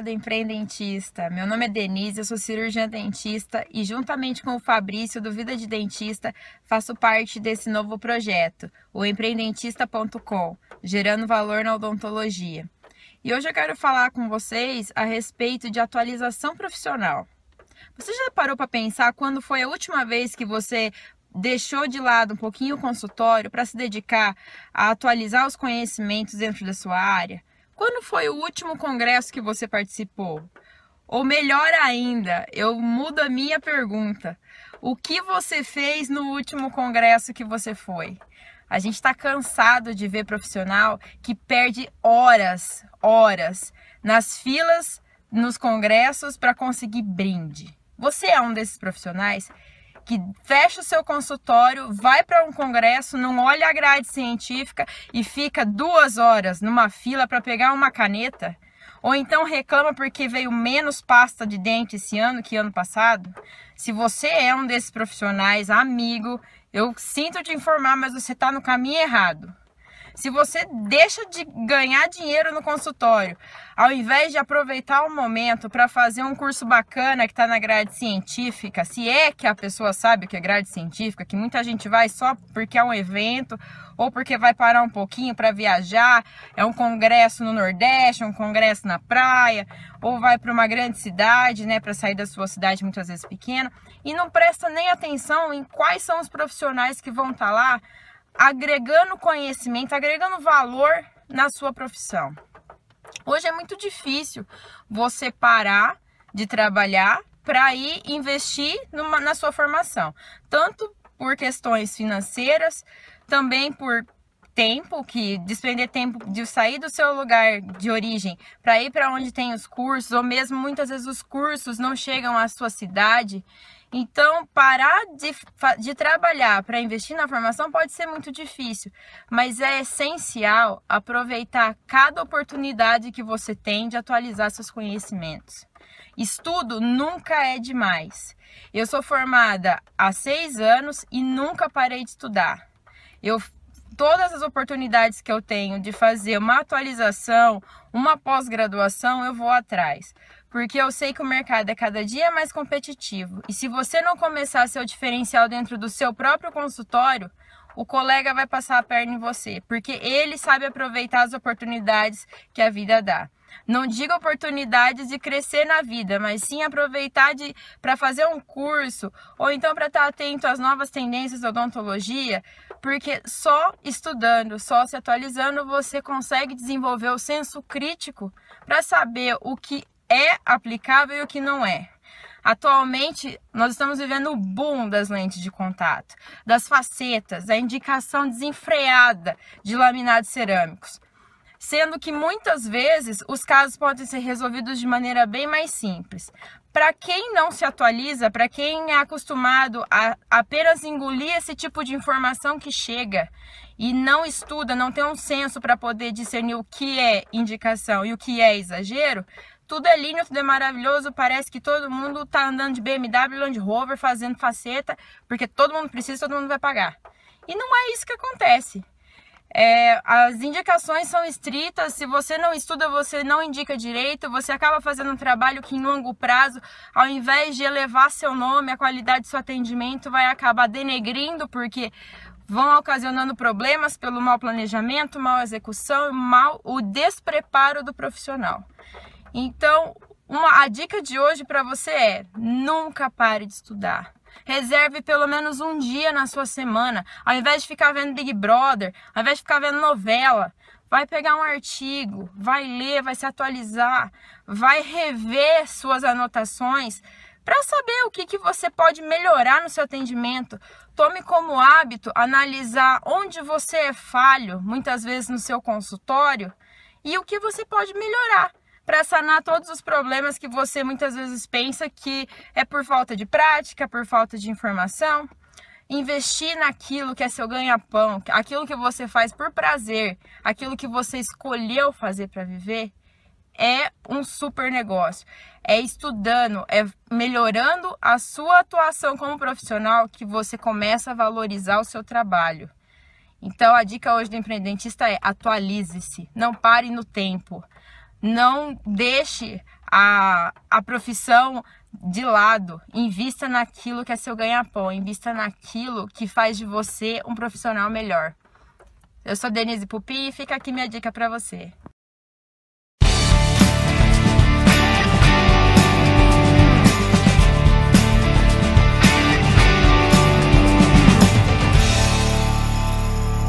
Olá, empreendentista! Meu nome é Denise, eu sou cirurgiã dentista e juntamente com o Fabrício do Vida de Dentista faço parte desse novo projeto, o empreendentista.com, gerando valor na odontologia. E hoje eu quero falar com vocês a respeito de atualização profissional. Você já parou para pensar quando foi a última vez que você deixou de lado um pouquinho o consultório para se dedicar a atualizar os conhecimentos dentro da sua área? Quando foi o último congresso que você participou? Ou melhor ainda, eu mudo a minha pergunta. O que você fez no último congresso que você foi? A gente está cansado de ver profissional que perde horas nas filas, nos congressos para conseguir brinde. Você é um desses profissionais que fecha o seu consultório, vai para um congresso, não olha a grade científica e fica 2 horas numa fila para pegar uma caneta? Ou então reclama porque veio menos pasta de dente esse ano que ano passado? Se você é um desses profissionais, amigo, eu sinto te informar, mas você está no caminho errado. Se você deixa de ganhar dinheiro no consultório, ao invés de aproveitar o momento para fazer um curso bacana que está na grade científica, se é que a pessoa sabe o que é grade científica, que muita gente vai só porque é um evento ou porque vai parar um pouquinho para viajar, é um congresso no Nordeste, um congresso na praia, ou vai para uma grande cidade, né, para sair da sua cidade muitas vezes pequena, e não presta nem atenção em quais são os profissionais que vão estar lá, agregando conhecimento, agregando valor na sua profissão. Hoje é muito difícil você parar de trabalhar para ir investir na sua formação. Tanto por questões financeiras, também por tempo, que despender tempo de sair do seu lugar de origem para ir para onde tem os cursos, ou mesmo muitas vezes os cursos não chegam à sua cidade. Então, parar de trabalhar para investir na formação pode ser muito difícil, mas é essencial aproveitar cada oportunidade que você tem de atualizar seus conhecimentos. Estudo nunca é demais. Eu sou formada há 6 anos e nunca parei de estudar. Todas as oportunidades que eu tenho de fazer uma atualização, uma pós-graduação, eu vou atrás. Porque eu sei que o mercado é cada dia mais competitivo. E se você não começar a ser o diferencial dentro do seu próprio consultório, o colega vai passar a perna em você. Porque ele sabe aproveitar as oportunidades que a vida dá. Não diga oportunidades de crescer na vida, mas sim aproveitar para fazer um curso, ou então para estar atento às novas tendências da odontologia, porque só estudando, só se atualizando, você consegue desenvolver o senso crítico para saber o que é aplicável e o que não é. Atualmente, nós estamos vivendo o boom das lentes de contato, das facetas, da indicação desenfreada de laminados cerâmicos. Sendo que muitas vezes os casos podem ser resolvidos de maneira bem mais simples. Para quem não se atualiza, para quem é acostumado a apenas engolir esse tipo de informação que chega e não estuda, não tem um senso para poder discernir o que é indicação e o que é exagero, tudo é lindo, tudo é maravilhoso, parece que todo mundo está andando de BMW, Land Rover, fazendo faceta, porque todo mundo precisa, todo mundo vai pagar. E não é isso que acontece. As indicações são estritas, se você não estuda, você não indica direito, você acaba fazendo um trabalho que em longo prazo, ao invés de elevar seu nome, a qualidade do seu atendimento vai acabar denegrindo, porque vão ocasionando problemas pelo mau planejamento, mal execução, o despreparo do profissional. Então, a dica de hoje para você é: nunca pare de estudar. Reserve pelo menos um dia na sua semana. Ao invés de ficar vendo Big Brother, ao invés de ficar vendo novela, vai pegar um artigo, vai ler, vai se atualizar, vai rever suas anotações para saber o que você pode melhorar no seu atendimento. Tome como hábito analisar onde você é falho, muitas vezes no seu consultório, e o que você pode melhorar, para sanar todos os problemas que você muitas vezes pensa que é por falta de prática, por falta de informação. Investir naquilo que é seu ganha-pão, aquilo que você faz por prazer, aquilo que você escolheu fazer para viver, é um super negócio. É estudando, é melhorando a sua atuação como profissional que você começa a valorizar o seu trabalho. Então a dica hoje do empreendentista é: atualize-se, não pare no tempo. Não deixe a profissão de lado, invista naquilo que é seu ganha-pão, invista naquilo que faz de você um profissional melhor. Eu sou Denise Pupi e fica aqui minha dica para você.